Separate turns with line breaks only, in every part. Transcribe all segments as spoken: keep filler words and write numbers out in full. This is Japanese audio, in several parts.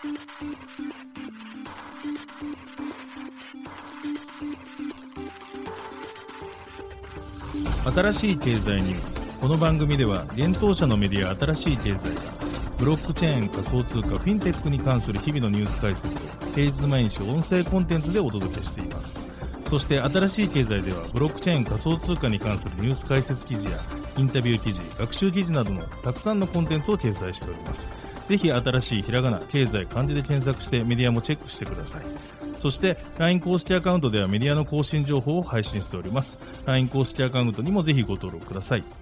新しい経済ニュース。この番組では現当社のメディア新しい経済がブロックチェーン、仮想通貨、フィンテックに関する日々のニュース解説を平日毎日音声コンテンツでお届けしています。そして新しい経済ではブロックチェーン、仮想通貨に関するニュース解説記事やインタビュー記事、学習記事などのたくさんのコンテンツを掲載しております。ぜひ新しいひらがな、経済、漢字で検索してメディアもチェックしてください。そして ライン 公式アカウントではメディアの更新情報を配信しております。 ライン 公式アカウントにもぜひご登録ください。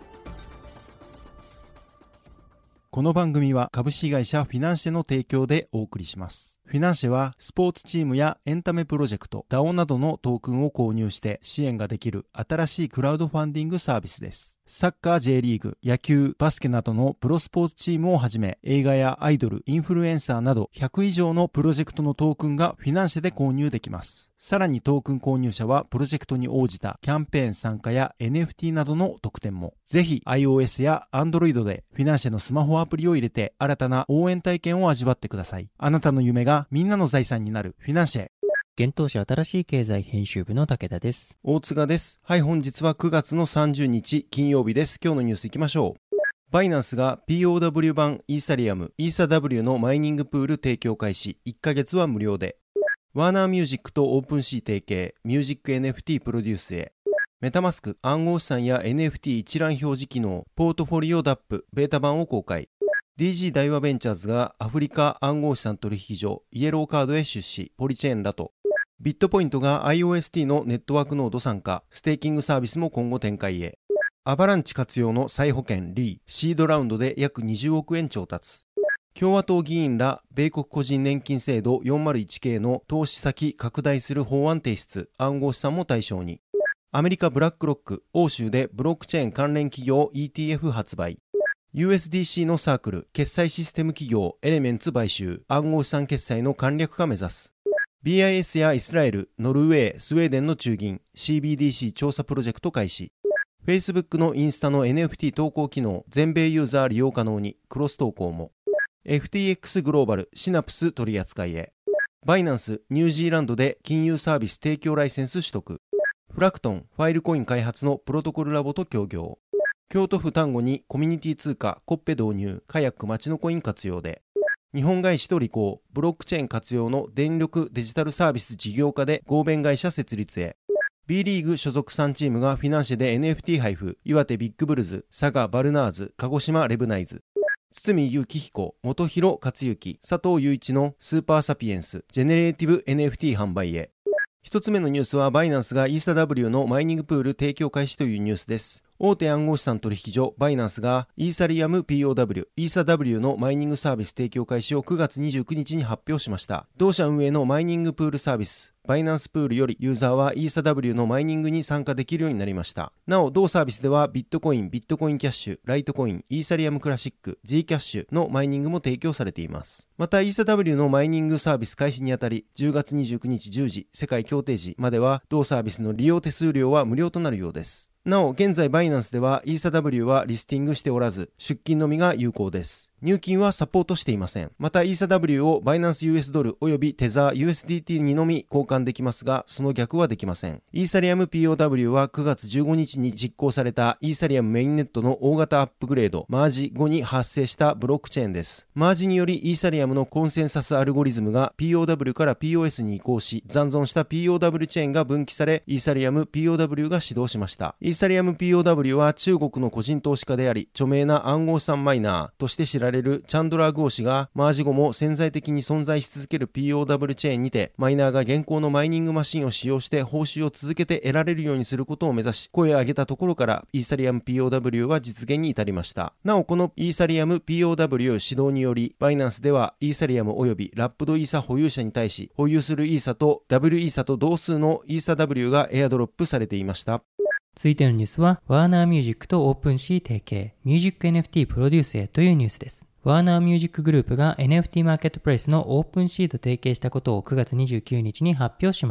この番組は株式会社フィナンシェの提供でお送りします。フィナンシェはスポーツチームやエンタメプロジェクト、ダオ などのトークンを購入して支援ができる新しいクラウドファンディングサービスです。サッカー J リーグ、野球、バスケなどのプロスポーツチームをはじめ、映画やアイドル、インフルエンサーなどひゃく以上のプロジェクトのトークンがフィナンシェで購入できます。さらにトークン購入者はプロジェクトに応じたキャンペーン参加や エヌエフティー などの特典も。ぜひ iOS や Android でフィナンシェのスマホアプリを入れて新たな応援体験を味わってください。あなたの夢がみんなの財産になるフィナンシェ。
現当社新しい経済編集部の武田です。
大塚です。はい、本日はくがつのさんじゅうにち金曜日です。今日のニュースいきましょう。バイナンスが ピーオーダブリュー 版イーサリアム、イーサ ダブリュー のマイニングプール提供開始、いっかげつは無料で。ワーナーミュージックとオープンシー提携、ミュージック エヌエフティー プロデュースへ。メタマスク暗号資産や エヌエフティー 一覧表示機能、ポートフォリオ ダップ ベータ版を公開。ディージー 大和ベンチャーズがアフリカ暗号資産取引所イエローカードへ出資、ポリチェーンらと。ビットポイントが アイオーエスティー のネットワークノード参加、ステーキングサービスも今後展開へ。アバランチ活用の再保険リー、シードラウンドで約にじゅうおくえん調達。共和党議員ら米国個人年金制度 よんまるいちケー の投資先拡大する法案提出、暗号資産も対象に。アメリカブラックロック、欧州でブロックチェーン関連企業 イーティーエフ 発売。ユーエスディーシー のサークル、決済システム企業エレメンツ買収、暗号資産決済の簡略化目指す。ビーアイエス やイスラエル、ノルウェー、スウェーデンの中銀、シービーディーシー 調査プロジェクト開始。Facebook のインスタの エヌエフティー 投稿機能、全米ユーザー利用可能に、クロス投稿も。エフティーエックス グローバル、シナプス取扱いへ。バイナンス、ニュージーランドで金融サービス提供ライセンス取得。フラクトン、ファイルコイン開発のプロトコルラボと協業。京都府丹後にコミュニティ通貨、コッペ導入、カヤック町のコイン活用で。日本外資と履行、ブロックチェーン活用の電力デジタルサービス事業化で合弁会社設立へ。B リーグ所属さんチームがフィナンシェで エヌエフティー 配布、岩手ビッグブルズ、佐賀バルナーズ、鹿児島レブナイズ。堤幸彦、元広克幸、佐藤雄一のスーパーサピエンス、ジェネレーティブ エヌエフティー 販売へ。一つ目のニュースはバイナンスがイーサ ダブリュー のマイニングプール提供開始というニュースです。大手暗号資産取引所バイナンスがイーサリアム ピーオーダブリュー、イーサ ダブリュー のマイニングサービス提供開始をくがつにじゅうくにちに発表しました。同社運営のマイニングプールサービス、バイナンスプールよりユーザーはイーサ ダブリュー のマイニングに参加できるようになりました。なお、同サービスではビットコイン、ビットコインキャッシュ、ライトコイン、イーサリアムクラシック、G キャッシュのマイニングも提供されています。また、イーサ ダブリュー のマイニングサービス開始にあたり、じゅうがつにじゅうくにちじゅうじ、世界協定時までは、同サービスの利用手数料は無料となるようです。なお、現在バイナンスではイーサ ダブリュー はリスティングしておらず、出金のみが有効です。入金はサポートしていません。また、イーサ ダブリュー をバイナンス ユーエス ドル及びテザー ユーエスディーティー にのみ交換できますが、その逆はできません。イーサリアム ピーオーダブリュー はくがつじゅうごにちに実行されたイーサリアムメインネットの大型アップグレード、マージ後に発生したブロックチェーンです。マージによりイーサリアムのコンセンサスアルゴリズムが ピーオーダブリュー から ピーオーエス に移行し、残存した ピーオーダブリュー チェーンが分岐され、イーサリアム ピーオーダブリュー が始動しました。イーサリアム ピーオーダブリュー は中国の個人投資家であり、著名な暗号資産マイナーとして知られるチャンドラー・ゴー氏が、マージ後も潜在的に存在し続ける ピーオーダブリュー チェーンにて、マイナーが現行のマイニングマシンを使用して報酬を続けて得られるようにすることを目指し、声を上げたところからイーサリアム ピーオーダブリュー は実現に至りました。なお、このイーサリアム ピーオーダブリュー 始動により、バイナンスではイーサリアム及びラップドイーサ保有者に対し、保有するイーサと W イーサと同数のイーサ ダブリュー がエアドロップされていました。
続いてのニュースは、ワーナーミュージックとオープンシー提携、ミュージック エヌエフティー プロデュースへというニュースです。ワーナーミュージックグループが エヌエフティー マーケットプレイスのオープンシーと提携したことをくがつにじゅうくにちに発表しました。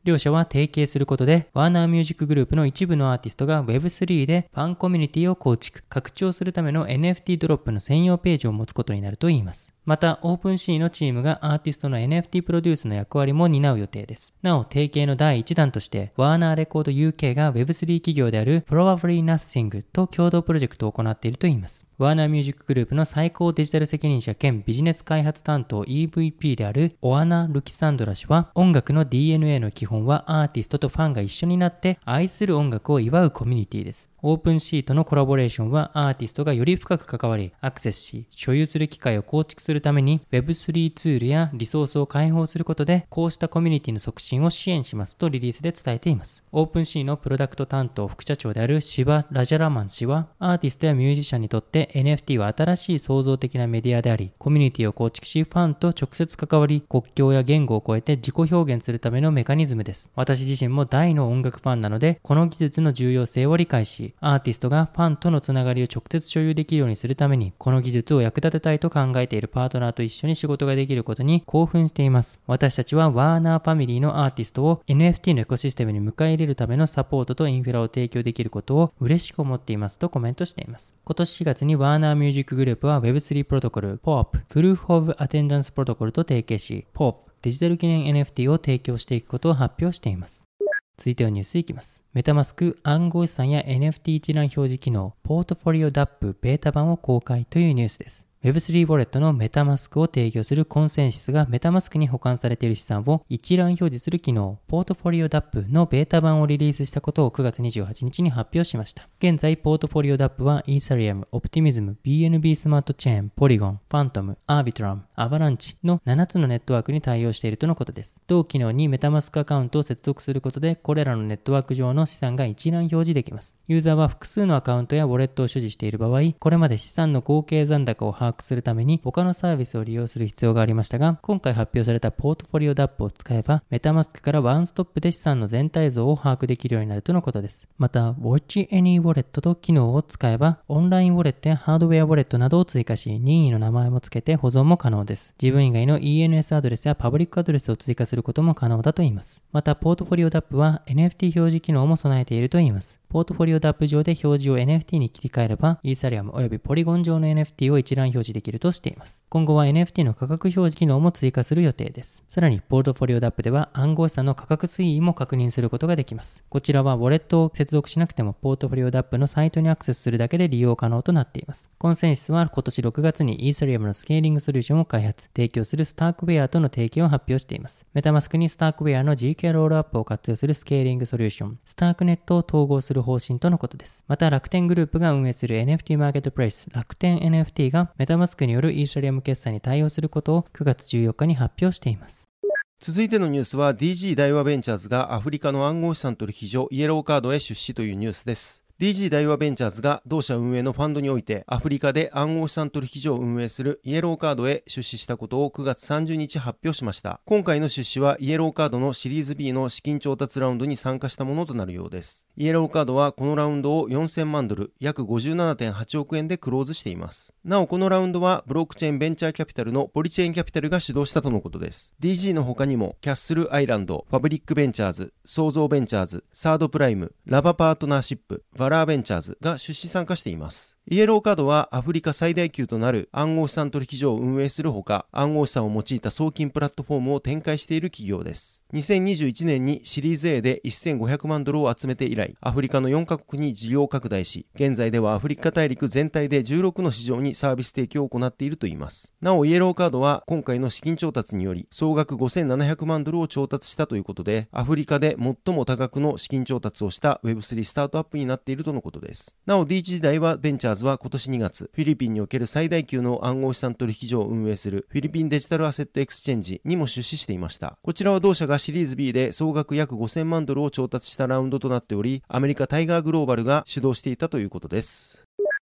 両社は提携することで、ワーナーミュージックグループの一部のアーティストが ウェブスリー でファンコミュニティを構築、拡張するための エヌエフティー ドロップの専用ページを持つことになるといいます。また、オープンシーのチームがアーティストの エヌエフティー プロデュースの役割も担う予定です。なお、提携の第一弾として、ワーナーレコード ユーケー が ウェブスリー 企業である Probably Nothing と共同プロジェクトを行っているといいます。ワーナーミュージックグループの最高デジタル責任者兼ビジネス開発担当 イーブイピー であるオアナ・ルキサンドラ氏は、音楽の ディーエヌエー の基本はアーティストとファンが一緒になって愛する音楽を祝うコミュニティです。オープンシートのコラボレーションはアーティストがより深く関わり、アクセスし、所有する機会を構築するために ウェブスリー ツールやリソースを開放することで、こうしたコミュニティの促進を支援しますとリリースで伝えています。オープンシーのプロダクト担当副社長であるシバ・ラジャラマン氏は、アーティストやミュージシャンにとって エヌエフティー は新しい創造的なメディアであり、コミュニティを構築し、ファンと直接関わり、国境や言語を超えて自己表現するためのメカニズムです。私自身も大の音楽ファンなので、この技術の重要性を理解し、アーティストがファンとのつながりを直接所有できるようにするために、この技術を役立てたいと考えているパートナーと一緒に仕事ができることに興奮しています。私たちはワーナーファミリーのアーティストを エヌエフティー のエコシステムに迎え入れるためのサポートとインフラを提供できることを嬉しく思っていますとコメントしています。今年しがつにワーナーミュージックグループは ウェブスリー プロトコル ピーオーピー Proof of Attendance プロトコルと提携し ピーオーピー デジタル記念 エヌエフティー を提供していくことを発表しています。続いてはニュースいきます。メタマスク暗号資産や エヌエフティー 一覧表示機能ポートフォリオ ダップ ベータ版を公開というニュースです。ウェブスリー ウォレットのメタマスクを提供するコンセンシスがメタマスクに保管されている資産を一覧表示する機能ポートフォリオ ダップ のベータ版をリリースしたことをくがつにじゅうはちにちに発表しました。現在ポートフォリオ ダップ はイーサリアム、オプティミズム、ビーエヌビー スマートチェーン、ポリゴン、ファントム、アービトラム、アバランチのななつのネットワークに対応しているとのことです。同機能にメタマスクアカウントを接続することでこれらのネットワーク上の資産が一覧表示できます。ユーザーは複数のアカウントやウォレットを所持している場合、これまで資産の合計残高を把握するために他のサービスを利用する必要がありましたが、今回発表されたポートフォリオ ダップ を使えば、メタマスクからワンストップで資産の全体像を把握できるようになるとのことです。また、Watch Any Wallet と機能を使えば、オンラインウォレットやハードウェアウォレットなどを追加し、任意の名前も付けて保存も可能です。自分以外の イーエヌエス アドレスやパブリックアドレスを追加することも可能だといいます。また、ポートフォリオ ダップ は エヌエフティー 表示機能も備えているといいます。ポートフォリオ ダップ 上で表示を エヌエフティー に切り替えれば、イーサリアムおよびポリゴン上の エヌエフティー を一覧表示できるとしています。今後は エヌエフティー の価格表示機能も追加する予定です。さらに、ポートフォリオ ダップ では暗号資産の価格推移も確認することができます。こちらはウォレットを接続しなくても、ポートフォリオ ダップ のサイトにアクセスするだけで利用可能となっています。コンセンシスは今年ろくがつにイーサリアムのスケーリングソリューションを開発、提供するスタークウェアとの提携を発表しています。メタマスクにスタークウェアの ジーケー ロールアップを活用するスケーリングソリューション、スタークネットを統合する方針とのことです。また、楽天グループが運営する エヌエフティー マーケットプレイス、楽天 エヌエフティー がメタマスクによるイーサリアム決済に対応することをくがつじゅうよっかに発表しています。
続いてのニュースは ディージー 大和ベンチャーズがアフリカの暗号資産取引所イエローカードへ出資というニュースです。ディージー 大和ベンチャーズが同社運営のファンドにおいてアフリカで暗号資産取引所を運営するイエローカードへ出資したことをくがつさんじゅうにち発表しました。今回の出資はイエローカードのシリーズ ビー の資金調達ラウンドに参加したものとなるようです。イエローカードはこのラウンドをよんせんまんドル、約 ごじゅうななてんはちおくえんでクローズしています。なおこのラウンドはブロックチェーンベンチャーキャピタルのポリチェーンキャピタルが主導したとのことです。ディージー の他にもキャッスルアイランド、ファブリックベンチャーズ、創造ベンチャーズ、サードプライム、ラバパートナーシップ、バラーベンチャーズが出資参加しています。イエローカードはアフリカ最大級となる暗号資産取引所を運営するほか、暗号資産を用いた送金プラットフォームを展開している企業です。にせんにじゅういちねんにシリーズ A でせんごひゃくまんドルを集めて以来、アフリカのよんカ国に事業拡大し、現在ではアフリカ大陸全体でじゅうろくの市場にサービス提供を行っているといいます。なおイエローカードは今回の資金調達により総額ごせんななひゃくまんドルを調達したということで、アフリカで最も多額の資金調達をした ウェブスリー スタートアップになっているとのことです。なお ディージー 大和ベンチャーズは今年にがつ、フィリピンにおける最大級の暗号資産取引所を運営するフィリピンデジタルアセットエクスチェンジにも出資していました。こちらは同社がシリーズ ビー で総額約ごせんまんドルを調達したラウンドとなっており、アメリカタイガーグローバルが主導していたということです。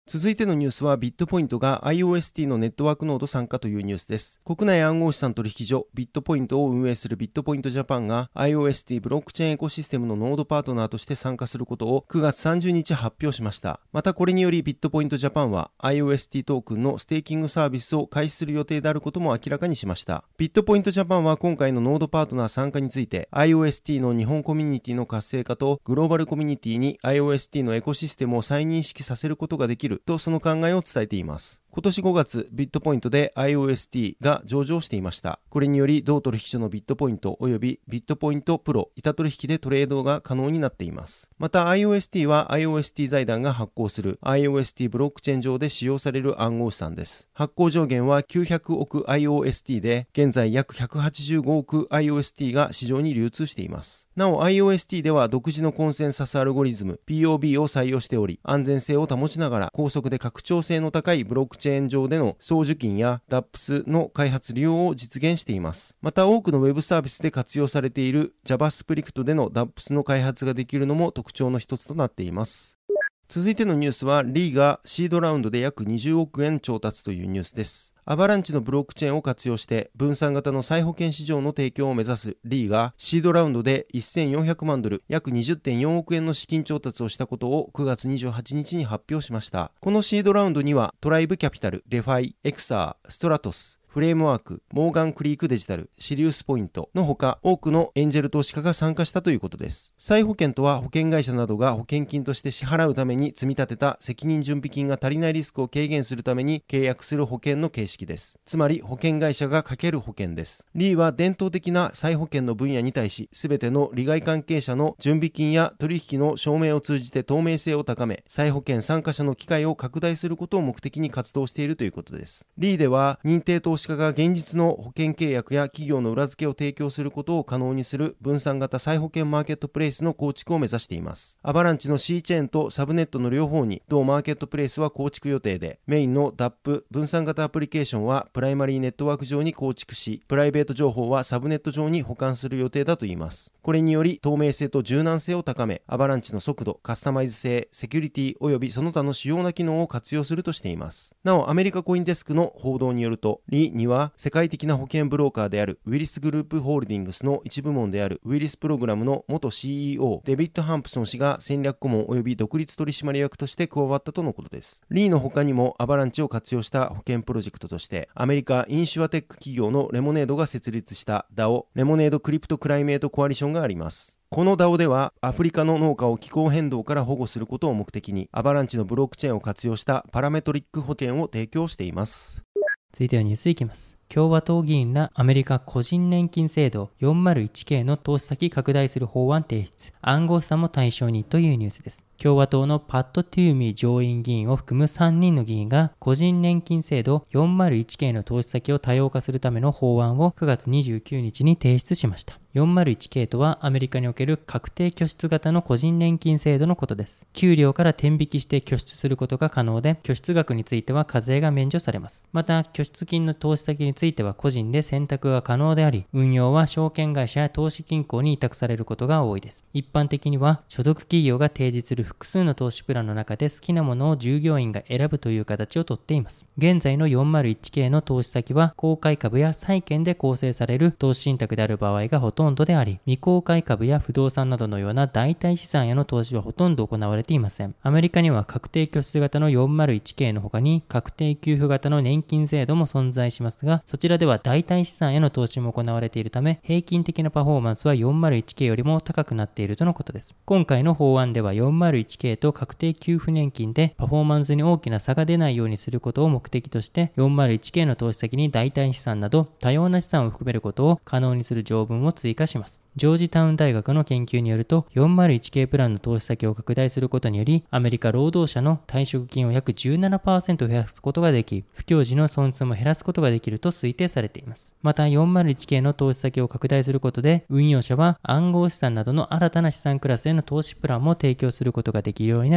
続いてのニュースはビットポイントが アイオーエスティー のネットワークノード参加というニュースです。国内暗号資産取引所ビットポイントを運営するビットポイントジャパンが アイオーエスティー ブロックチェーンエコシステムのノードパートナーとして参加することをくがつさんじゅうにち発表しました。またこれによりビットポイントジャパンは アイオーエスティー トークンのステーキングサービスを開始する予定であることも明らかにしました。ビットポイントジャパンは今回のノードパートナー参加について アイオーエスティー の日本コミュニティの活性化とグローバルコミュニティに アイオーエスティー のエコシステムを再認識させることができるとその考えを伝えています。今年ごがつ、ビットポイントで アイオーエスティー が上場していました。これにより、同取引所のビットポイント及びビットポイントプロ、板取引でトレードが可能になっています。また アイオーエスティー は アイオーエスティー 財団が発行する アイオーエスティー ブロックチェーン上で使用される暗号資産です。発行上限はきゅうひゃくおく アイオーエスティー で、現在約ひゃくはちじゅうごおく アイオーエスティー が市場に流通しています。なお アイオーエスティー では独自のコンセンサスアルゴリズム ピーオービー を採用しており、安全性を保ちながら高速で拡張性の高いブロックチェーン上での送受金や ダップス の開発利用を実現しています。また多くのウェブサービスで活用されている JavaScript での ダップス の開発ができるのも特徴の一つとなっています。続いてのニュースはリーがシードラウンドで約にじゅうおくえん調達というニュースです。アバランチのブロックチェーンを活用して分散型の再保険市場の提供を目指すリーがシードラウンドでせんよんひゃくまんドル約 にじゅってんよんおくえんの資金調達をしたことをくがつにじゅうはちにちに発表しました。このシードラウンドにはトライブキャピタル、デファイ、エクサー、ストラトス、フレームワーク、モーガンクリークデジタル、シリウスポイントのほか多くのエンジェル投資家が参加したということです。再保険とは保険会社などが保険金として支払うために積み立てた責任準備金が足りないリスクを軽減するために契約する保険の形式です。つまり保険会社がかける保険です。リーは伝統的な再保険の分野に対しすべての利害関係者の準備金や取引の証明を通じて透明性を高め、再保険参加者の機会を拡大することを目的に活動しているということです。リーでは認定投資家が現実の保険契約や企業の裏付けを提供することを可能にする分散型再保険マーケットプレイスの構築を目指しています。アバランチの C チェーンとサブネットの両方に同マーケットプレイスは構築予定で、メインの ダップ 分散型アプリケーションはプライマリーネットワーク上に構築し、プライベート情報はサブネット上に保管する予定だといいます。これにより透明性と柔軟性を高め、アバランチの速度、カスタマイズ性、セキュリティ及びその他の主要な機能を活用するとしています。なおアメリカコインデスクの報道によると、リーには世界的な保険ブローカーであるウィリスグループホールディングスの一部門であるウィリスプログラムの元 シーイーオー デビッド・ハンプソン氏が戦略顧問及び独立取締役として加わったとのことです。リーの他にもアバランチを活用した保険プロジェクトとしてアメリカインシュアテック企業のレモネードが設立した ダオ レモネードクリプトクライメートコアリションがあります。この ダオ ではアフリカの農家を気候変動から保護することを目的にアバランチのブロックチェーンを活用したパラメトリック保険を提供しています。
続いてはニュースいきます。共和党議員らアメリカ個人年金制度 よんまるいちケー の投資先拡大する法案提出、暗号資産も対象にというニュースです。共和党のパット・トゥーミー上院議員を含むさんにんの議員が個人年金制度 よんまるいちケー の投資先を多様化するための法案をくがつにじゅうくにちに提出しました。よんまるいちケー とはアメリカにおける確定拠出型の個人年金制度のことです。給料から天引きして拠出することが可能で、拠出額については課税が免除されます。また、拠出金の投資先については個人で選択が可能であり、運用は証券会社や投資銀行に委託されることが多いです。一般的には所属企業が提示する複数の投資プランの中で好きなものを従業員が選ぶという形をとっています。現在の よんまるいちケー の投資先は公開株や債券で構成される投資信託である場合がほとんどであり、未公開株や不動産などのような代替資産への投資はほとんど行われていません。アメリカには確定拠出型の よんまるいちケー の他に確定給付型の年金制度も存在しますが、そちらでは代替資産への投資も行われているため、平均的なパフォーマンスは よんまるいちケー よりも高くなっているとのことです。今回の法案では よんまるいちケー と確定給付年金でパフォーマンスに大きな差が出ないようにすることを目的として、よんまるいちケー の投資先に代替資産など多様な資産を含めることを可能にする条文を追加します。ジョージタウン大学の研究によると、よんまるいちケー プランの投資先を拡大することにより、アメリカ労働者の退職金を約 じゅうななパーセント 増やすことができ、不況時の損失も減らすことができると推定されています。また よんまるいちケー の投資先を拡大することで、運用者は暗号資産などの新たな資産クラスへの投資プランも提供することができるようになります。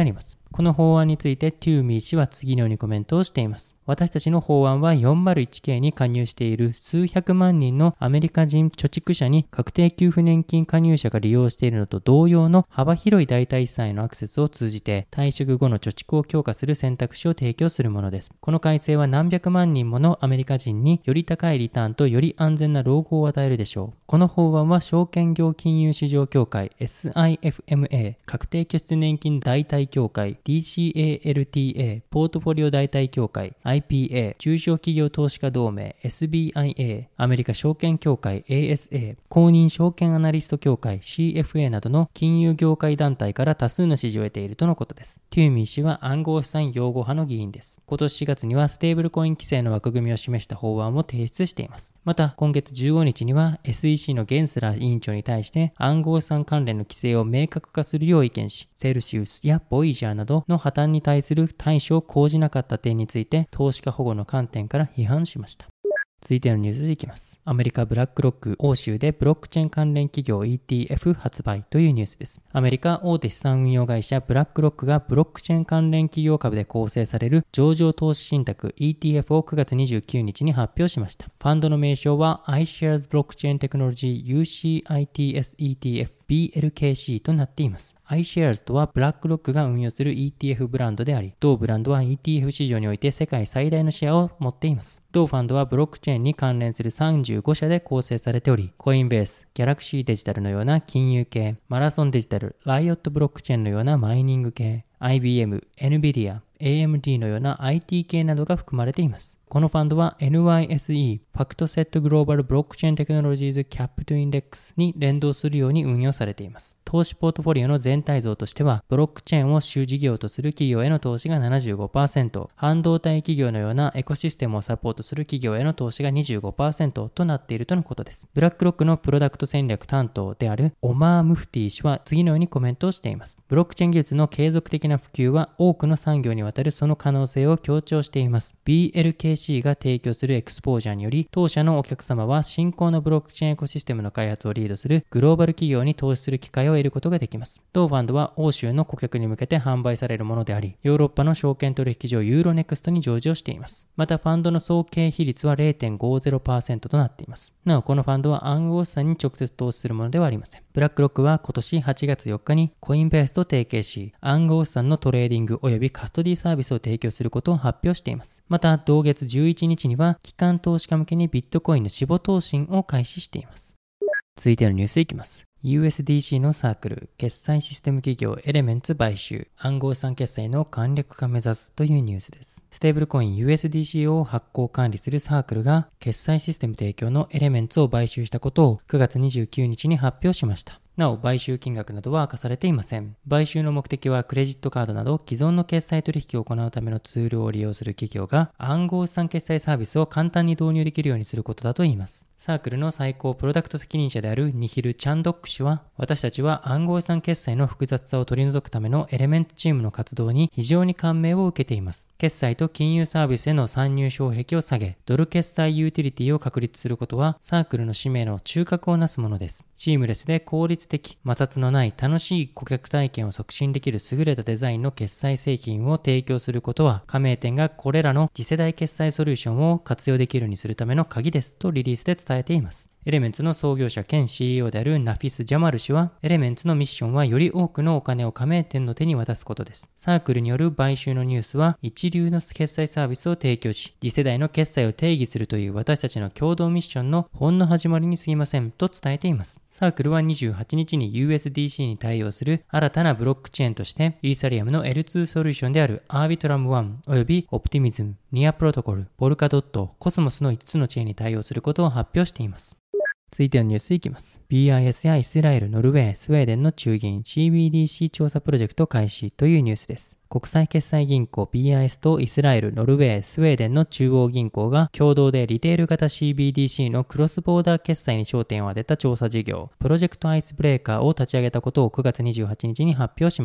この法案についてトゥーミー氏は次のようにコメントをしています。私たちの法案は よんまるいちケー に加入している数百万人のアメリカ人貯蓄者に確定給付年金加入者が利用しているのと同様の幅広い代替資産へのアクセスを通じて退職後の貯蓄を強化する選択肢を提供するものです。この改正は何百万人ものアメリカ人により高いリターンとより安全な老後を与えるでしょう。この法案は証券業金融市場協会 エスアイエフエムエー、確定拠出年金代替協会 ディーシーエーエルティーエー、ポートフォリオ代替協会 アイピーエー、中小企業投資家同盟 エスビーアイエー、アメリカ証券協会 エーエスエー、公認証券アナリスト協会 シーエフエー などの金融業界団体から多数の支持を得ているとのことです。トゥーミー氏は暗号資産擁護派の議員です。今年しがつにはステーブルコイン規制の枠組みを示した法案を提出しています。また今月じゅうごにちには エスイーシー のゲンスラー委員長に対して暗号資産関連の規制を明確化するよう意見し、セルシウスやボイジャーなどの破綻に対する対処を講じなかった点について投資家保護の観点から批判しました。続いてのニュースでいきます。アメリカブラックロック欧州でブロックチェーン関連企業 イーティーエフ 発売というニュースです。アメリカ大手資産運用会社ブラックロックがブロックチェーン関連企業株で構成される上場投資信託 イーティーエフ をくがつにじゅうくにちに発表しました。ファンドの名称は iShares Blockchain Technology ユーシーアイティーエス イーティーエフ ビーエルケーシー となっています。iShares とはブラックロックが運用する イーティーエフ ブランドであり、同ブランドは イーティーエフ 市場において世界最大のシェアを持っています。同ファンドはブロックチェーンに関連するさんじゅうごしゃで構成されており、コインベース、ギャラクシーデジタルのような金融系、マラソンデジタル、ライオットブロックチェーンのようなマイニング系、アイビーエム、エヌビディア、エーエムディー のような アイティー 系などが含まれています。このファンドは エヌワイエスイー FactSet Global Blockchain Technologies Capital Index に連動するように運用されています。投資ポートフォリオの全体像としては、ブロックチェーンを主事業とする企業への投資が ななじゅうごパーセント、半導体企業のようなエコシステムをサポートする企業への投資が にじゅうごパーセント となっているとのことです。ブラックロックのプロダクト戦略担当であるオマー・ムフティ氏は次のようにコメントをしています。ブロックチェーン技術の継続的な普及は多くの産業にわたるその可能性を強調しています。ビーエルケーシー が提供するエクスポージャーにより、当社のお客様は新興のブロックチェーンエコシステムの開発をリードするグローバル企業に投資する機会を得ることができます。同ファンドは欧州の顧客に向けて販売されるものであり、ヨーロッパの証券取引所ユーロネクストに上場しています。またファンドの総経比率は れいてんごゼロパーセント となっています。なおこのファンドは暗号資産に直接投資するものではありません。ブラックロックは今年はちがつよっかにコインベースと提携し、暗号資産のトレーディング及びカストディサービスを提供することを発表しています。また同月じゅういちにちには機関投資家向けにビットコインの死亡投信を開始しています。続いてのニュースいきます。ユーエスディーシー のサークル、決済システム企業エレメンツ買収、暗号資産決済の簡略化目指すというニュースです。ステーブルコイン ユーエスディーシー を発行管理するサークルが決済システム提供のエレメンツを買収したことをくがつにじゅうくにちに発表しました。なお、買収金額などは明かされていません。買収の目的はクレジットカードなど既存の決済取引を行うためのツールを利用する企業が暗号資産決済サービスを簡単に導入できるようにすることだといいます。サークルの最高プロダクト責任者であるニヒル・チャンドック氏は、私たちは暗号資産決済の複雑さを取り除くためのエレメントチームの活動に非常に感銘を受けています。決済と金融サービスへの参入障壁を下げ、ドル決済ユーティリティを確立することはサークルの使命の中核をなすものです。シームレスで効率的、摩擦のない楽しい顧客体験を促進できる優れたデザインの決済製品を提供することは、加盟店がこれらの次世代決済ソリューションを活用できるようにするための鍵ですとリリースで伝えています。エレメンツの創業者兼 シーイーオー であるナフィス・ジャマル氏は、エレメンツのミッションはより多くのお金を加盟店の手に渡すことです。サークルによる買収のニュースは、一流の決済サービスを提供し、次世代の決済を定義するという私たちの共同ミッションのほんの始まりに過ぎませんと伝えています。サークルはにじゅうはちにちに ユーエスディーシー に対応する新たなブロックチェーンとして、イーサリアムの エルツー ソリューションであるアービトラムワンおよびオプティミズム、ニアプロトコル、ポルカドット、コスモスのいつつのチェーンに対応することを発表しています。続いてのニュースいきます。ビーアイエス やイスラエル、ノルウェー、スウェーデンの中銀 シービーディーシー 調査プロジェクト開始というニュースです。国際決済銀行 ビーアイエス とイスラエル、ノルウェー、スウェーデンの中央銀行が共同でリテール型 シービーディーシー のクロスボーダー決済に焦点を当てた調査事業、プロジェクトアイスブレーカーを立ち上げたことをくがつにじゅうはちにちに発表しました。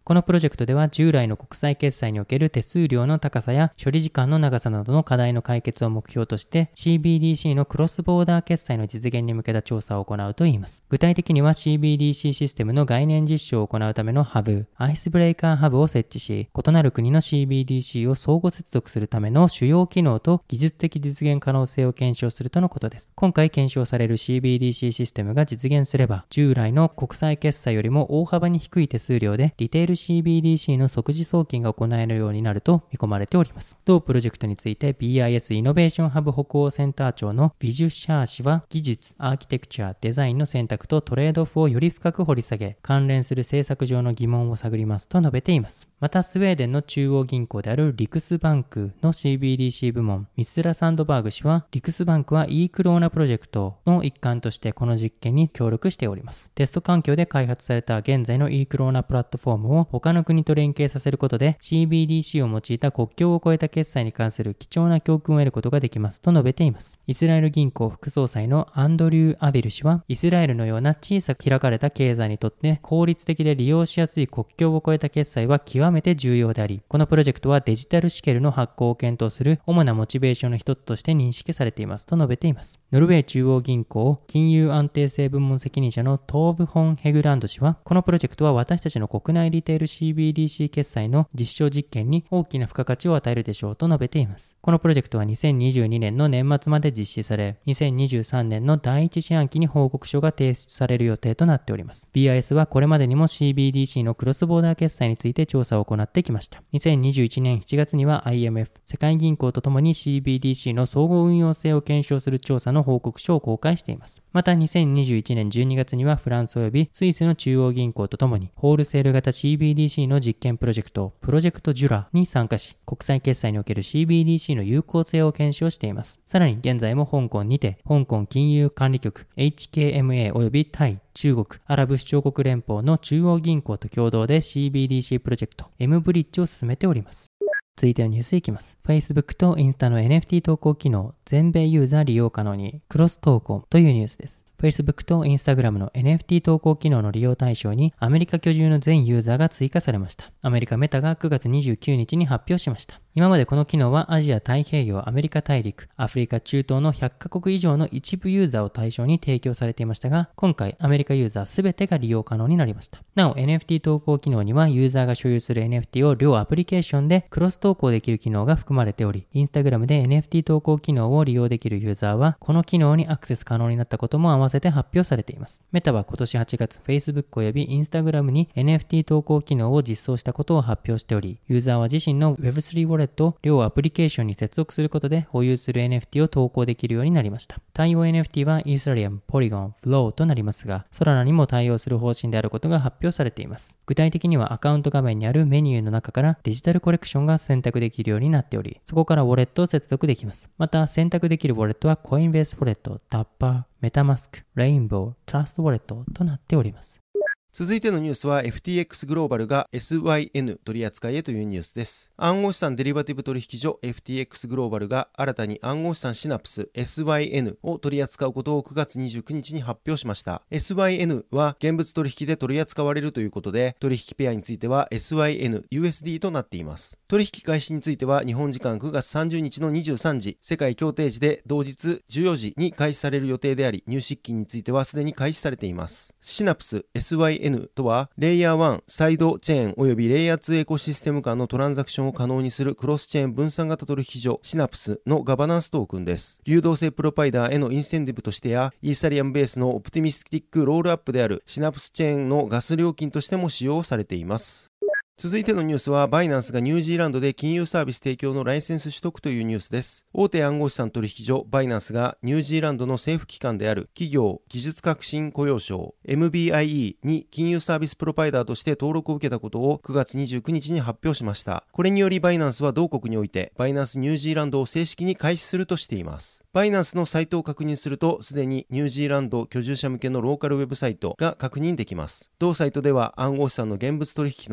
このプロジェクトでは従来の国際決済における手数料の高さや処理時間の長さなどの課題の解決を目標として シービーディーシー のクロスボーダー決済の実現に向けた調査を行うといいます。具体的には シービーディーシー システムの概念実証を行うためのハブ、アイスブレイカーハブを設置し、異なる国の シービーディーシー を相互接続するための主要機能と技術的実現可能性を検証するとのことです。今回検証される シービーディーシー システムが実現すれば、従来の国際決済よりも大幅に低い手数料でリテール シービーディーシー の即時送金が行えるようになると見込まれております。同プロジェクトについて ビーアイエス イノベーションハブ北欧センター長のビジュ・シャー氏は、技術、アーキテクチャ、デザインの選択とトレードオフをより深く掘り下げ、関連する政策上の疑問を探りますと述べています。またスウェーデンの中央銀行であるリクスバンクの シービーディーシー 部門、ミスラ・サンドバーグ氏は、リクスバンクは e クローナプロジェクトの一環としてこの実験に協力しております。テスト環境で開発された現在の e クローナプラットフォームを他の国と連携させることで シービーディーシー を用いた国境を越えた決済に関する貴重な教訓を得ることができますと述べています。イスラエル銀行副総裁のアンドリュー・アビル氏は、イスラエルのような小さく開かれた経済にとって効率的で利用しやすい国境を越えた決済は極めて重要であり、このプロジェクトはデジタルシケルの発行を検討する主なモチベーションの一つとして認識されていますと述べています。ノルウェー中央銀行金融安定性部門責任者のトーブ・ホン・ヘグランド氏は、このプロジェクトは私たちの国内リテール シービーディーシー 決済の実証実験に大きな付加価値を与えるでしょうと述べています。このプロジェクトはにせんにじゅうにねんの年末まで実施され、にせんにじゅうさんねんの第一四半期に報告書が提出される予定となっております。ビーアイエス はこれまでにも シービーディーシー のクロスボーダー決済について調査を行ってきました。にせんにじゅういちねんしちがつには アイエムエフ 世界銀行とともに シービーディーシー の総合運用性を検証する調査の報告書を公開しています。またにせんにじゅういちねんじゅうにがつにはフランス及びスイスの中央銀行とともにホールセール型 シービーディーシー の実験プロジェクトプロジェクトジュラに参加し、国際決済における シービーディーシー の有効性を検証しています。さらに現在も香港にて香港金融管理局 エイチケーエムエー 及びタイ、中国、アラブ首長国連邦の中央銀行と共同で シービーディーシー プロジェクト M ブリッジを進めております。続いてのニュースいきます。Facebook とインスタの エヌエフティー 投稿機能、全米ユーザー利用可能にクロス投稿というニュースです。Facebook と Instagram の エヌエフティー 投稿機能の利用対象にアメリカ居住の全ユーザーが追加されました。アメリカメタがくがつにじゅうくにちに発表しました。今までこの機能はアジア太平洋、アメリカ大陸、アフリカ、中東のひゃっかこく以上の一部ユーザーを対象に提供されていましたが、今回アメリカユーザーすべてが利用可能になりました。なお エヌエフティー 投稿機能にはユーザーが所有する エヌエフティー を両アプリケーションでクロス投稿できる機能が含まれており、Instagram で エヌエフティー 投稿機能を利用できるユーザーはこの機能にアクセス可能になったことも合わせて発表されています。メタは今年はちがつ Facebook および Instagram に エヌエフティー 投稿機能を実装したことを発表しており、ユーザーは自身の ウェブスリー ウォレットを両アプリケーションに接続することで保有する エヌエフティー を投稿できるようになりました。対応 エヌエフティー は Ethereum、Polygon、Flow となりますが、ソラナにも対応する方針であることが発表されています。具体的にはアカウント画面にあるメニューの中からデジタルコレクションが選択できるようになっており、そこからウォレットを接続できます。また選択できるウォレットは Coinbase ウォレット、Dapper、メタマスク、レインボー、トラストウォレットとなっております。
続いてのニュースは エフティーエックス グローバルが エスワイエヌ 取り扱いへというニュースです。暗号資産デリバティブ取引所 エフティーエックス グローバルが新たに暗号資産シナプス エスワイエヌ を取り扱うことをくがつにじゅうくにちに発表しました。エスワイエヌ は現物取引で取り扱われるということで、取引ペアについては エスワイエヌユーエスディー となっています。取引開始については日本時間くがつさんじゅうにちのにじゅうさんじ、世界協定時で同日じゅうよじに開始される予定であり、入出金についてはすでに開始されています。シナプス エスワイエヌ とはレイヤーワンサイドチェーン及びレイヤーツーエコシステム間のトランザクションを可能にするクロスチェーン分散型取引所シナプスのガバナンストークンです。流動性プロバイダーへのインセンティブとしてや、イーサリアムベースのオプティミスティックロールアップであるシナプスチェーンのガス料金としても使用されています。続いてのニュースは、バイナンスがニュージーランドで金融サービス提供のライセンス取得というニュースです。大手暗号資産取引所バイナンスがニュージーランドの政府機関である企業技術革新雇用省 エムビーアイイー に金融サービスプロバイダーとして登録を受けたことをくがつにじゅうくにちに発表しました。これによりバイナンスは同国においてバイナンスニュージーランドを正式に開始するとしています。バイナンスのサイトを確認すると、すでにニュージーランド居住者向けのローカルウェブサイトが確認できます。同サイトでは暗号資産の現物取引のほか、エ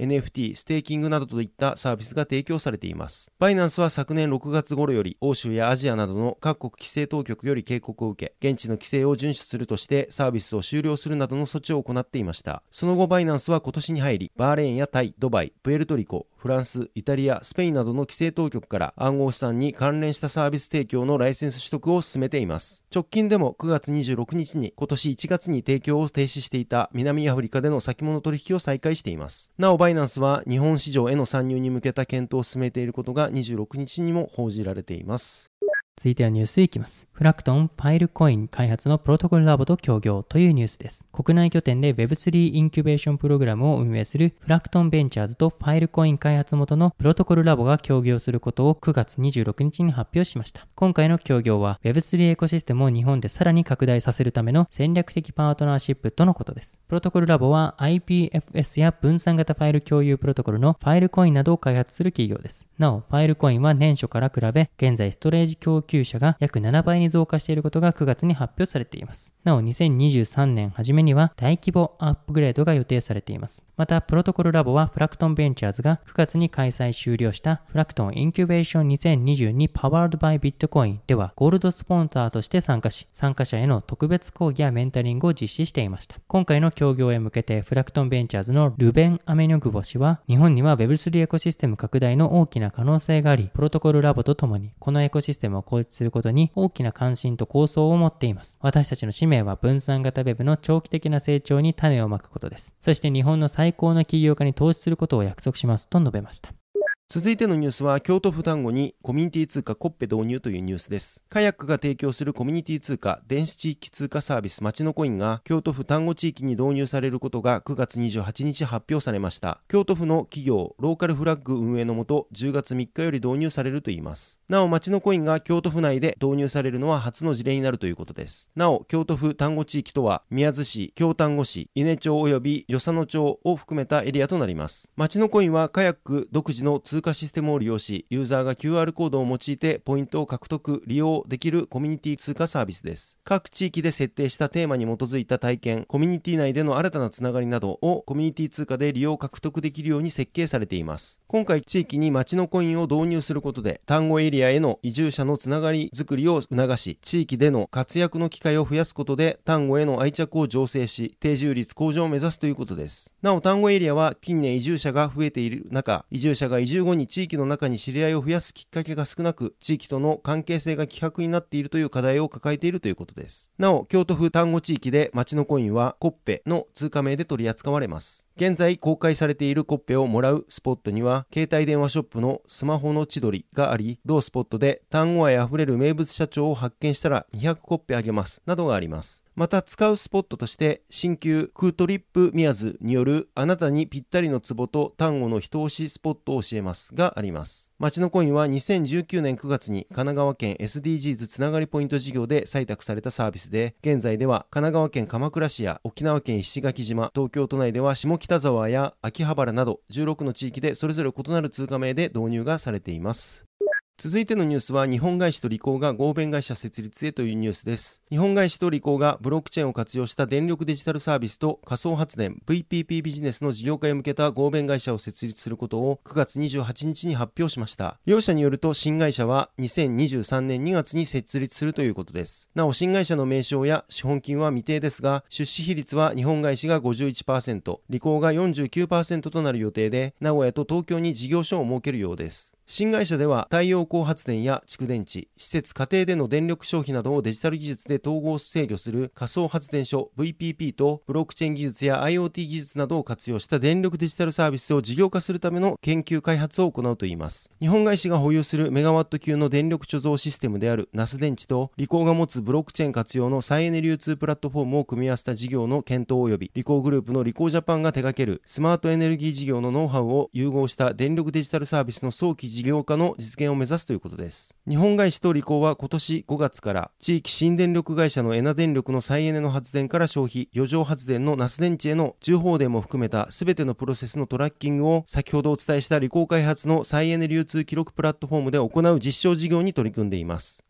エヌエフティー、ステーキングなどといったサービスが提供されています。バイナンスは昨年ろくがつ頃より欧州やアジアなどの各国規制当局より警告を受け、現地の規制を遵守するとしてサービスを終了するなどの措置を行っていました。その後バイナンスは今年に入り、バーレーンやタイ、ドバイ、プエルトリコ、フランス、イタリア、スペインなどの規制当局から暗号資産に関連したサービス提供のライセンス取得を進めています。直近でもくがつにじゅうろくにちに今年いちがつに提供を停止していた南アフリカでの先物取引を再開しています。なおバイナンスは日本市場への参入に向けた検討を進めていることがにじゅうろくにちにも報じられています。
続いてはニュースいきます。フラクトンファイルコイン開発のプロトコルラボと協業というニュースです。国内拠点で ウェブスリー インキュベーションプログラムを運営するフラクトンベンチャーズとファイルコイン開発元のプロトコルラボが協業することをくがつにじゅうろくにちに発表しました。今回の協業は ウェブスリー エコシステムを日本でさらに拡大させるための戦略的パートナーシップとのことです。プロトコルラボは アイピーエフエス や分散型ファイル共有プロトコルのファイルコインなどを開発する企業です。なお、ファイルコインは年初から比べ、現在ストレージ供給者が約ななばいに増加していることがくがつに発表されています。なお、にせんにじゅうさんねん初めには大規模アップグレードが予定されています。また、プロトコルラボはフラクトンベンチャーズがくがつに開催終了したフラクトンインキュベーションにせんにじゅうに Powered by Bitcoin ではゴールドスポンサーとして参加し、参加者への特別講義やメンタリングを実施していました。今回の協業へ向けてフラクトンベンチャーズのルベン・アメニョグボ氏は、日本には ウェブスリー エコシステム拡大の大きな可能性があり、プロトコルラボとともにこのエコシステムを構築することに大きな関心と構想を持っています。私たちの使命は分散型ウェブの長期的な成長に種をまくことです。そして日本の最高の起業家に投資することを約束しますと述べました。
続いてのニュースは京都府丹後にコミュニティ通貨コッペ導入というニュースです。カヤックが提供するコミュニティ通貨電子地域通貨サービス町のコインが京都府丹後地域に導入されることがくがつにじゅうはちにち発表されました。京都府の企業ローカルフラッグ運営のもとじゅうがつみっかより導入されるといいます。なお町のコインが京都府内で導入されるのは初の事例になるということです。なお京都府丹後地域とは宮津市、京丹後市、伊根町及び与謝野町を含めたエリアとなります。町のコインはカヤック独自の通貨システムを利用しユーザーが キューアール コードを用いてポイントを獲得利用できるコミュニティ通貨サービスです。各地域で設定したテーマに基づいた体験、コミュニティ内での新たなつながりなどをコミュニティ通貨で利用獲得できるように設計されています。今回地域に町のコインを導入することで丹後エリアへの移住者のつながりづくりを促し、地域での活躍の機会を増やすことで丹後への愛着を醸成し、定住率向上を目指すということです。なお丹後エリアは近年移住者が増えている中、移住者が移住後に地域の中に知り合いを増やすきっかけが少なく、地域との関係性が希薄になっているという課題を抱えているということです。なお京都府丹後地域で町のコインはコッペの通貨名で取り扱われます。現在公開されているコッペをもらうスポットには携帯電話ショップのスマホの千鳥があり、同スポットで丹後愛あふれる名物社長を発見したらにひゃくコッペあげますなどがあります。また使うスポットとして新旧クートリップ宮津によるあなたにぴったりのツボと丹後の一押しスポットを教えますがあります。町のコインはにせんじゅうきゅうねんくがつに神奈川県 エスディージーズ つながりポイント事業で採択されたサービスで、現在では神奈川県鎌倉市や沖縄県石垣島、東京都内では下北沢や秋葉原などじゅうろくの地域でそれぞれ異なる通貨名で導入がされています。続いてのニュースは日本外資とリコーが合弁会社設立へというニュースです。日本外資とリコーがブロックチェーンを活用した電力デジタルサービスと仮想発電 ブイピーピー ビジネスの事業化へ向けた合弁会社を設立することをくがつにじゅうはちにちに発表しました。両社によると新会社はにせんにじゅうさんねんにがつに設立するということです。なお新会社の名称や資本金は未定ですが、出資比率は日本外資が ごじゅういちパーセント、リコーが よんじゅうきゅうパーセント となる予定で、名古屋と東京に事業所を設けるようです。新会社では太陽光発電や蓄電池、施設家庭での電力消費などをデジタル技術で統合制御する仮想発電所 ブイピーピー とブロックチェーン技術や IoT 技術などを活用した電力デジタルサービスを事業化するための研究開発を行うといいます。日本外資が保有するメガワット級の電力貯蔵システムであるナス電池とリコーが持つブロックチェーン活用の再エネ流通プラットフォームを組み合わせた事業の検討及びリコーグループのリコージャパンが手掛けるスマートエネルギー事業のノウハウを融合した電力デジタルサービスの早期事業化の実現を目指すということです。日本外資とリコーは今年ごがつから地域新電力会社のエナ電力の再エネの発電から消費、余剰発電のナス電池への重放電も含めた全てのプロセスのトラッキングを先ほどお伝えしたリコー開発の再エネ流通記録プラットフォームで行う実証事業に取り組んでいます。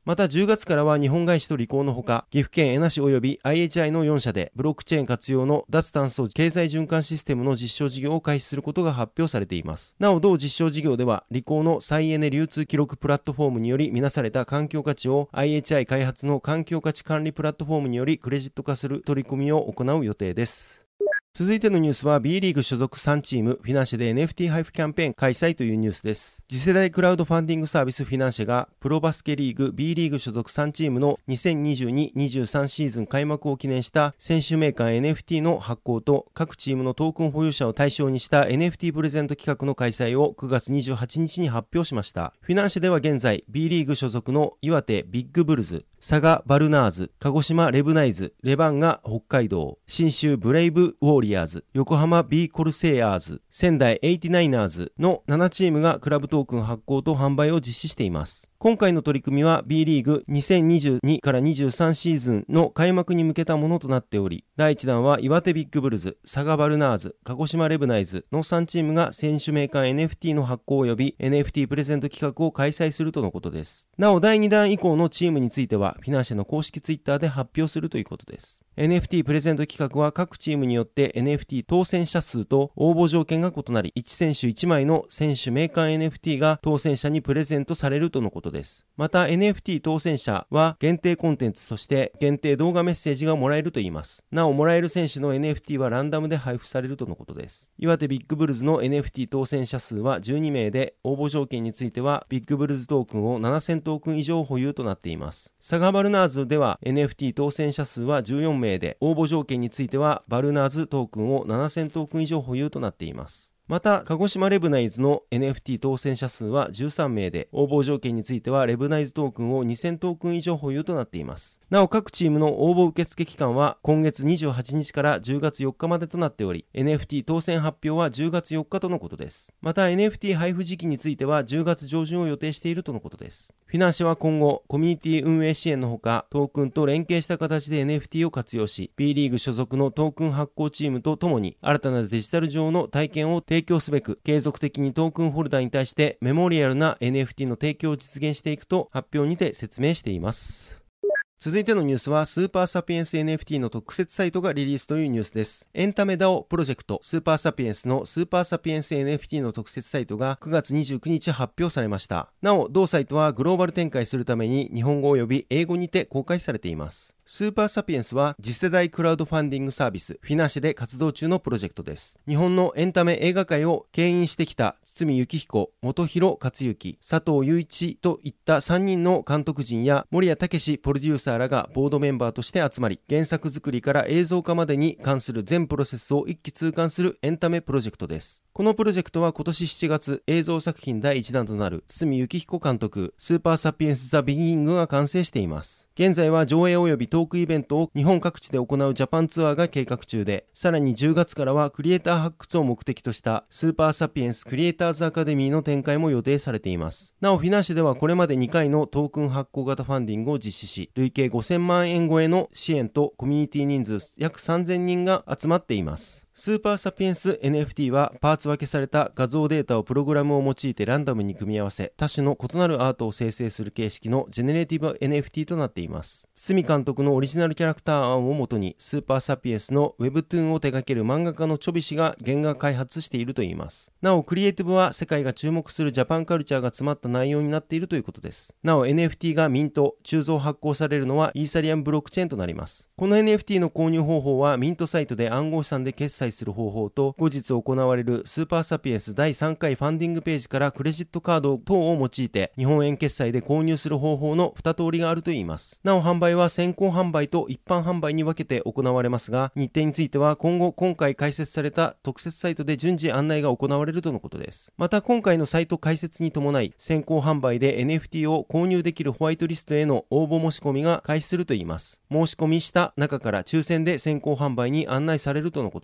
またじゅうがつからは日本外資とリコーのほか、岐阜県恵那市及び アイエイチアイ のよんしゃでブロックチェーン活用の脱炭素経済循環システムの実証事業を開始することが発表されています。なお同実証事業では、リコーの再エネ流通記録プラットフォームにより見なされた環境価値を アイエイチアイ 開発の環境価値管理プラットフォームによりクレジット化する取り組みを行う予定です。続いてのニュースは B リーグ所属さんチームフィナンシェで エヌエフティー 配布キャンペーン開催というニュースです。次世代クラウドファンディングサービスフィナンシェがプロバスケリーグ B リーグ所属さんチームの にせんにじゅうに にじゅうさん シーズン開幕を記念した選手名鑑 エヌエフティー の発行と各チームのトークン保有者を対象にした エヌエフティー プレゼント企画の開催をくがつにじゅうはちにちに発表しました。フィナンシェでは現在 B リーグ所属の岩手ビッグブルズ、佐賀バルナーズ、鹿児島レブナイズ、レバンガ北海道、信州ブレイブウォーリアーズ、横浜 B コルセイアーズ、仙台エイティナイナーズのななチームがクラブトークン発行と販売を実施しています。今回の取り組みは B リーグにせんにじゅうにからにじゅうさんシーズンの開幕に向けたものとなっており、だいいちだんは岩手ビッグブルズ、佐賀バルナーズ、鹿児島レブナイズのさんチームが選手名鑑 エヌエフティー の発行及び エヌエフティー プレゼント企画を開催するとのことです。なおだいにだん以降のチームについてはフィナンシェの公式ツイッターで発表するということです。エヌエフティー プレゼント企画は各チームによって エヌエフティー 当選者数と応募条件が異なり、いち選手いちまいの選手名鑑 エヌエフティー が当選者にプレゼントされるとのことです。また エヌエフティー 当選者は限定コンテンツ、そして限定動画メッセージがもらえるといいます。なおもらえる選手の エヌエフティー はランダムで配布されるとのことです。岩手ビッグブルズの エヌエフティー 当選者数はじゅうにめいで、応募条件についてはビッグブルズトークンをななせんトークン以上保有となっています。佐賀バルナーズでは エヌエフティー 当選者数はじゅうよんめいで、応募条件についてはバルナーズトークンをななせんトークン以上保有となっています。また鹿児島レブナイズの エヌエフティー 当選者数はじゅうさんめいで、応募条件についてはレブナイズトークンをにせんトークン以上保有となっています。なお各チームの応募受付期間は今月にじゅうはちにちからじゅうがつよっかまでとなっており、 エヌエフティー 当選発表はじゅうがつよっかとのことです。また エヌエフティー 配布時期についてはじゅうがつじょうじゅんを予定しているとのことです。フィナンシェは今後コミュニティ運営支援のほか、トークンと連携した形で エヌエフティー を活用し、 B リーグ所属のトークン発行チームとともに新たなデジタル上の体験を提供すべく、継続的にトークンホルダーに対してメモリアルな エヌエフティー の提供を実現していくと発表にて説明しています。続いてのニュースはスーパーサピエンス エヌエフティー の特設サイトがリリースというニュースです。エンタメ ダオ プロジェクトスーパーサピエンスのスーパーサピエンス エヌエフティー の特設サイトがくがつにじゅうくにち発表されました。なお同サイトはグローバル展開するために日本語及び英語にて公開されています。スーパーサピエンスは次世代クラウドファンディングサービスフィナンシェで活動中のプロジェクトです。日本のエンタメ映画界を牽引してきた堤幸彦、本広克行、佐藤雄一といったさんにんの監督陣や森谷武史プロデューサーらがボードメンバーとして集まり、原作作りから映像化までに関する全プロセスを一気通貫するエンタメプロジェクトです。このプロジェクトは今年しちがつ映像作品だいいちだんとなる堤幸彦監督スーパーサピエンスザビギニングが完成しています。現在は上映及びトークイベントを日本各地で行うジャパンツアーが計画中で、さらにじゅうがつからはクリエイター発掘を目的としたスーパーサピエンスクリエイターズアカデミーの展開も予定されています。なおフィナンシェではこれまでにかいのトークン発行型ファンディングを実施し、累計ごせんまんえん超えの支援とコミュニティ人数約さんぜんにんが集まっています。スーパーサピエンス エヌエフティー はパーツ分けされた画像データをプログラムを用いてランダムに組み合わせ、多種の異なるアートを生成する形式のジェネレーティブ エヌエフティー となっています。堤監督のオリジナルキャラクター案をもとにスーパーサピエンスの Webtoon を手掛ける漫画家のチョビ氏が原画開発しているといいます。なおクリエイティブは世界が注目するジャパンカルチャーが詰まった内容になっているということです。なお エヌエフティー がミント、鋳造発行されるのはイーサリアムブロックチェーンとなります。この エヌエフティー の購入方法はミントサイトで暗号資産で決済する方法と、後日行われるスーパーサピエンスだいさんかいファンディングページからクレジットカード等を用いて日本円決済で購入する方法のに通りがあるといいます。なお販売は先行販売と一般販売に分けて行われますが、日程については今後今回開設された特設サイトで順次案内が行われるとのことです。また今回のサイト開設に伴い先行販売で エヌエフティー を購入できるホワイトリストへの応募申し込みが開始するといいます。申し込みした中から抽選で先行販売に案内されるとのことです。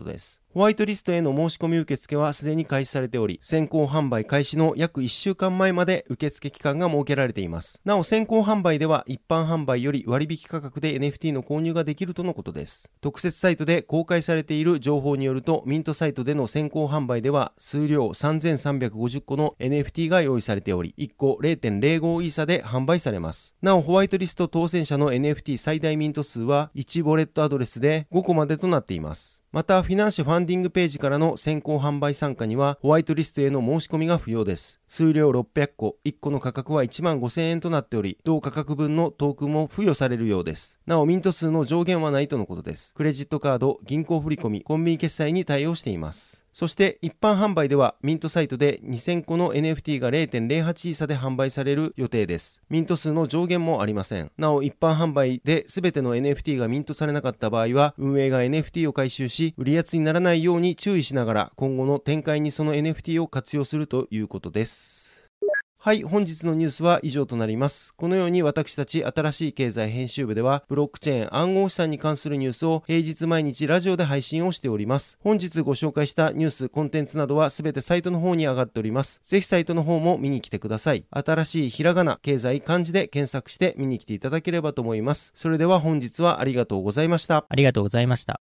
ホワイトリストへの申し込み受付はすでに開始されており、先行販売開始の約いっしゅうかんまえまで受付期間が設けられています。なお先行販売では一般販売より割引価格で エヌエフティー の購入ができるとのことです。特設サイトで公開されている情報によると、ミントサイトでの先行販売では数量さんぜんさんびゃくごじゅっこの エヌエフティー が用意されており、いっこ ゼロてんゼロご イーサで販売されます。なおホワイトリスト当選者の エヌエフティー 最大ミント数はいちウォレットアドレスでごこまでとなっています。また、フィナンシェファンディングページからの先行販売参加にはホワイトリストへの申し込みが不要です。数量ろっぴゃっこ、いっこの価格はいちまんごせんえんとなっており、同価格分のトークンも付与されるようです。なお、ミント数の上限はないとのことです。クレジットカード、銀行振込、コンビニ決済に対応しています。そして一般販売ではミントサイトでにせんこの エヌエフティー が ゼロてんゼロはち イーサで販売される予定です。ミント数の上限もありません。なお一般販売で全ての エヌエフティー がミントされなかった場合は、運営が エヌエフティー を回収し、売りやつにならないように注意しながら、今後の展開にその エヌエフティー を活用するということです。はい、本日のニュースは以上となります。このように私たち新しい経済編集部では、ブロックチェーン暗号資産に関するニュースを平日毎日ラジオで配信をしております。本日ご紹介したニュース、コンテンツなどはすべてサイトの方に上がっております。ぜひサイトの方も見に来てください。新しいひらがな、経済、漢字で検索して見に来ていただければと思います。それでは本日はありがとうございました。
ありがとうございました。